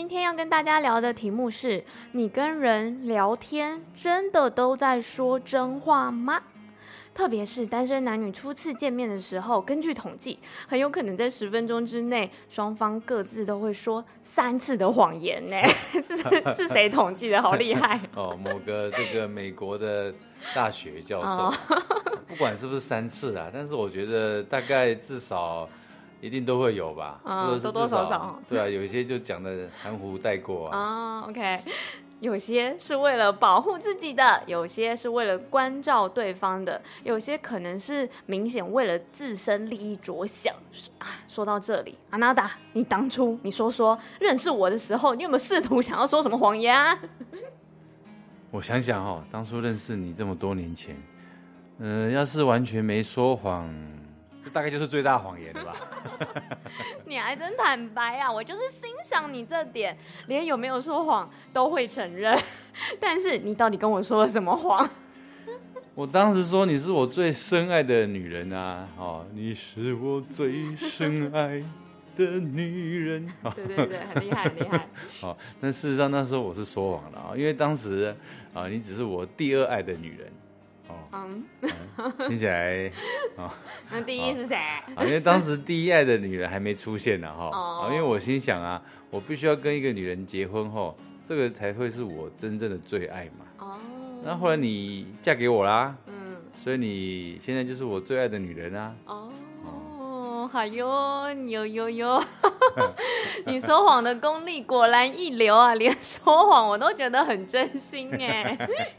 今天要跟大家聊的题目是：你跟人聊天真的都在说真话吗？特别是单身男女初次见面的时候，根据统计，很有可能在10分钟之内，双方各自都会说3次的谎言呢。是谁统计的？好厉害哦！某个这个美国的大学教授，不管是不是3次啦，但是我觉得大概至少一定都会有吧， 多多少少。 对啊，有一些就讲的含糊带过啊。 OK。有些是为了保护自己的，有些是为了关照对方的，有些可能是明显为了自身利益着想。说到这里，阿娜达，你当初你说认识我的时候，你有没有试图想要说什么谎言啊？ 我想想当初认识你这么多年前，要是完全没说谎，这大概就是最大谎言了吧。 你还真坦白啊！我就是欣赏你这点，连有没有说谎都会承认。但是你到底跟我说了什么谎？ 我当时说你是我最深爱的女人啊！你是我最深爱的女人。 对，很厉害，很厉害。 但事实上那时候我是说谎了因为当时你只是我第2爱的女人。听起来那第一是谁？ 因为当时第1爱的女人还没出现呢因为我心想我必须要跟一个女人结婚后，这个才会是我真正的最爱嘛。那后来你嫁给我啦，所以你现在就是我最爱的女人啊。 好哟，有，你说谎的功力果然一流啊！连说谎我都觉得很真心哎。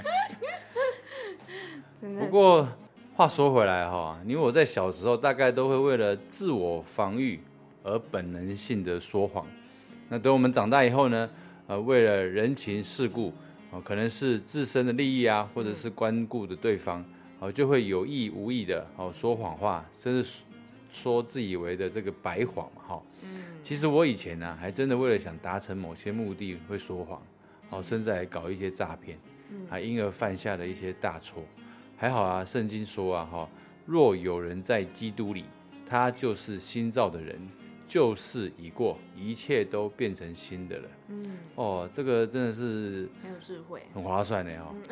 不过话说回来你我在小时候大概都会为了自我防御而本能性的说谎。那等我们长大以后呢，为了人情世故，可能是自身的利益啊，或者是关顾的对方，就会有意无意的说谎话，甚至说自以为的这个白谎嘛其实我以前呢，还真的为了想达成某些目的会说谎，甚至还搞一些诈骗，还因而犯下了一些大错。还好啊，圣经说若有人在基督里，他就是新造的人，旧事已过，一切都变成新的了。这个真的是很有智慧， 很划算的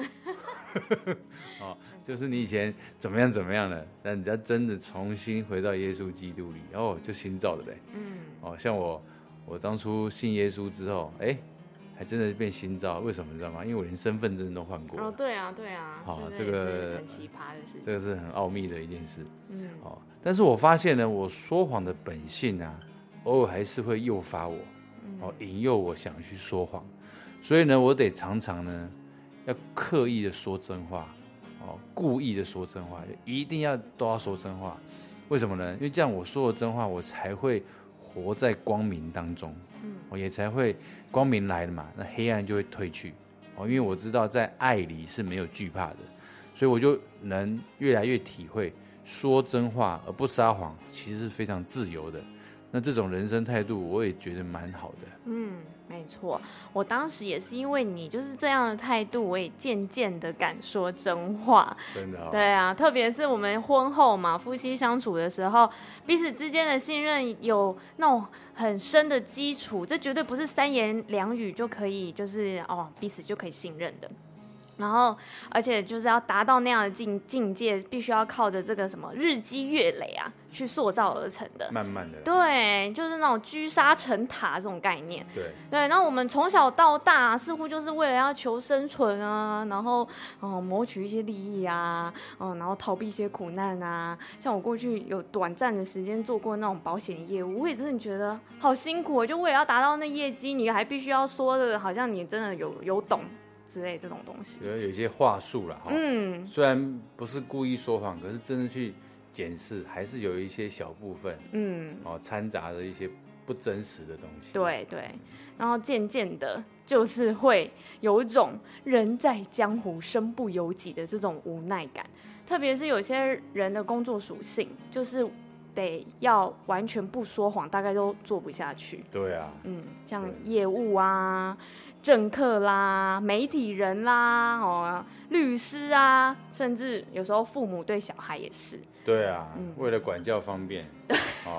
就是你以前怎么样了，但你要真的重新回到耶稣基督里，就新造的嘞。像我当初信耶稣之后，还真的变新造，为什么你知道吗？因为我连身份证都换过了。 对啊， 这个是很奇葩的事情， 这个是很奥秘的一件事。但是我发现呢，我说谎的本性偶尔还是会诱发我，引诱我想去说谎，所以呢，我得常常呢，要刻意的说真话，故意的说真话，一定都要说真话。为什么呢？因为这样我说的真话，我才会活在光明当中。也才会光明来了嘛，那黑暗就会退去。因为我知道在爱里是没有惧怕的，所以我就能越来越体会说真话而不撒谎其实是非常自由的。那这种人生态度我也觉得蛮好的。 没错，我当时也是因为你就是这样的态度，我也渐渐的敢说真话。 真的对啊，特别是我们婚后嘛，夫妻相处的时候，彼此之间的信任有那种很深的基础，这绝对不是3言2语就可以，就是彼此就可以信任的。然后，而且就是要达到那样的境界，必须要靠着这个什么日积月累去塑造而成的。 慢慢的， 对，就是那种居沙成塔这种概念。 对， 然后我们从小到大，似乎就是为了要求生存啊，然后谋取一些利益啊，然后逃避一些苦难啊。像我过去有短暂的时间做过那种保险业务，我也真的觉得好辛苦，就为了要达到那业绩，你还必须要说的，好像你真的有懂。之类这种东西， 有一些话术啦虽然不是故意说谎，可是真的去检视，还是有一些小部分掺杂着一些不真实的东西。 对，然后渐渐的，就是会有一种人在江湖身不由己的这种无奈感。特别是有些人的工作属性，就是得要完全不说谎，大概都做不下去。 对啊， 像业务啊。政客啦，媒体人啦，律师啊，甚至有时候父母对小孩也是。 对啊，为了管教方便，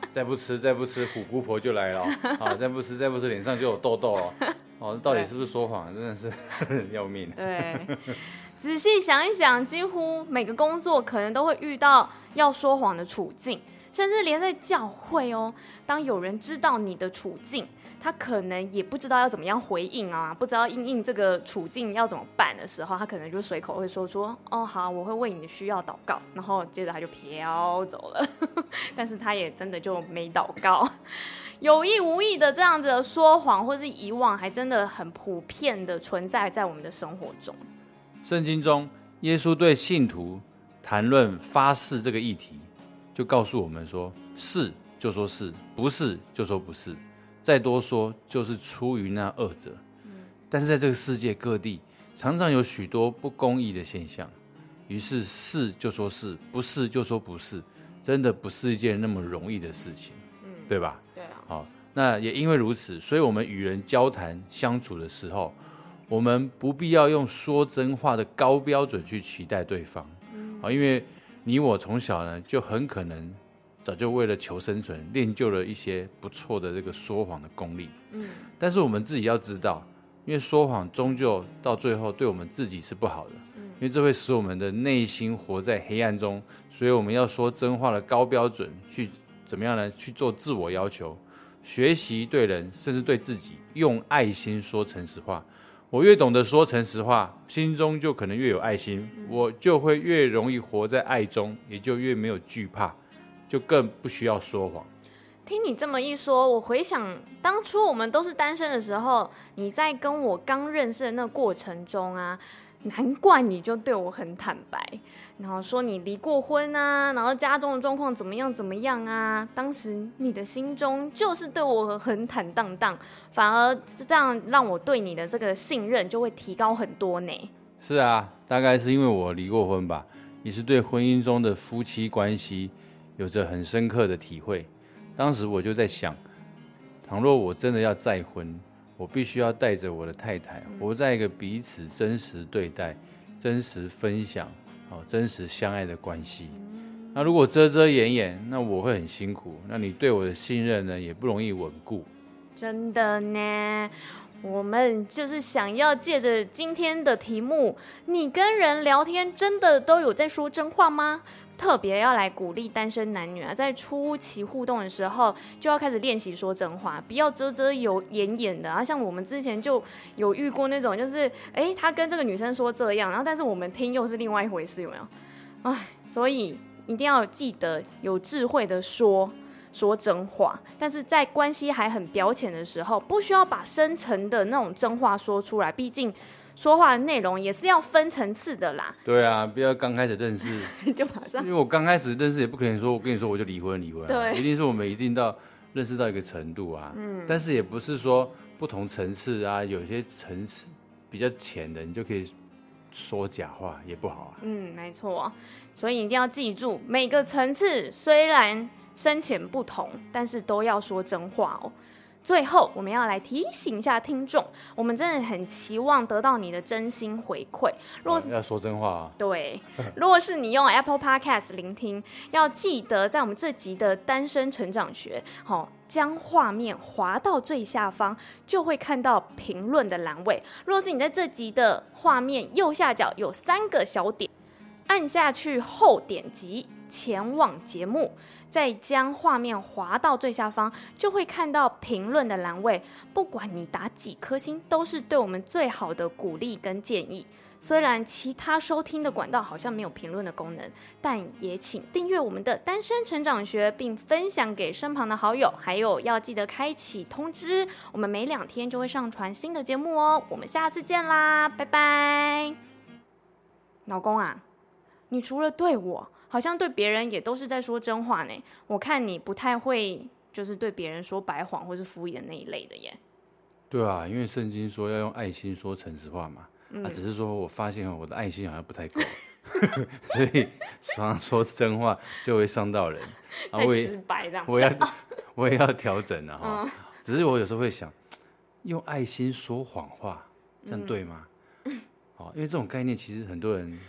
再不吃，虎姑婆就来了啊！再不吃，脸上就有痘痘了。哦，到底是不是说谎？真的是要命。 对，仔细想一想，几乎每个工作可能都会遇到要说谎的处境，甚至连在教会哦，当有人知道你的处境，他可能也不知道要怎么样回应啊，不知道因应这个处境要怎么办的时候，他可能就随口会说出哦好，我会为你的需要祷告，然后接着他就飘走了，但是他也真的就没祷告。有意无意的这样子的说谎或是遗忘，还真的很普遍的存在在我们的生活中。 圣经中，耶稣对信徒谈论发誓这个议题，就告诉我们说：是就说是，不是就说不是，再多说就是出于那恶者。但是在这个世界各地，常常有许多不公义的现象，于是是就说是，不是就说不是，真的不是一件那么容易的事情，对吧？ 对啊。 好，那也因为如此，所以我们与人交谈相处的时候，我们不必要用说真话的高标准去期待对方。因为你我从小呢，就很可能早就为了求生存，练就了一些不错的这个说谎的功力。但是我们自己要知道，因为说谎终究到最后对我们自己是不好的，因为这会使我们的内心活在黑暗中，所以我们要说真话的高标准去怎么样呢？去做自我要求，学习对人甚至对自己用爱心说诚实话。我越懂得说诚实话，心中就可能越有爱心，我就会越容易活在爱中，也就越没有惧怕，就更不需要说谎。 听你这么一说，我回想当初我们都是单身的时候，你在跟我刚认识的那个过程中啊，难怪你就对我很坦白，然后说你离过婚啊，然后家中的状况怎么样啊，当时你的心中就是对我很坦荡荡，反而这样让我对你的这个信任就会提高很多呢。 是啊，大概是因为我离过婚吧，也是对婚姻中的夫妻关系有着很深刻的体会。当时我就在想，倘若我真的要再婚，我必须要带着我的太太活在一个彼此真实对待、真实分享、真实相爱的关系。那如果遮遮掩掩，那我会很辛苦，那你对我的信任呢，也不容易稳固。 真的呢，我们就是想要借着今天的题目，你跟人聊天真的都有在说真话吗？特别要来鼓励单身男女啊，在初期互动的时候就要开始练习说真话，不要遮遮掩掩的啊。像我们之前就有遇过那种，就是他跟这个女生说这样，然后但是我们听又是另外一回事，有没有？所以一定要记得有智慧的说真话，但是在关系还很表浅的时候，不需要把深层的那种真话说出来，毕竟说话的内容也是要分层次的啦。 对啊，不要刚开始认识就马上， 因为我刚开始认识也不可能说我跟你说我就离婚啊， 对， 一定是我们一定到认识到一个程度啊。但是也不是说不同层次啊，有些层次比较浅的，你就可以说假话，也不好啊。 没错，所以一定要记住，每个层次虽然深浅不同，但是都要说真话哦。最后，我们要来提醒一下听众，我们真的很期望得到你的真心回馈。 要说真话啊。 对，如果是你用 Apple Podcast 聆听，要记得在我们这集的单身成长学，将画面滑到最下方，就会看到评论的栏位。若是你在这集的画面右下角有3个小点，按下去后点击前往节目，再将画面滑到最下方，就会看到评论的栏位。不管你打几颗星，都是对我们最好的鼓励跟建议。虽然其他收听的管道好像没有评论的功能，但也请订阅我们的单身成长学，并分享给身旁的好友，还有要记得开启通知，我们每2天就会上传新的节目哦。我们下次见啦，拜拜。老公啊，你除了对我，好像对别人也都是在说真话呢。我看你不太会就是对别人说白谎或是敷衍那一类的耶。 对啊，因为圣经说要用爱心说诚实话嘛。只是说我发现我的爱心好像不太够，所以常常说真话就会伤到人。 太直白这样。 我也要调整啊。只是我有时候会想，用爱心说谎话，这样对吗？因为这种概念其实很多人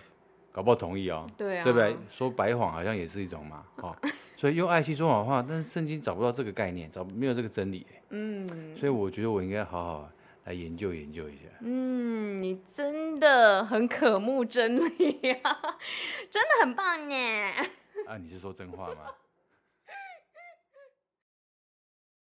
搞不好同意哦。 对啊， 对不对？说白谎好像也是一种嘛，所以用爱妻说谎话，但是圣经找不到这个概念，没有这个真理。所以我觉得我应该好好来研究研究一下。 你真的很渴慕真理啊，真的很棒呢。 啊，你是说真话吗？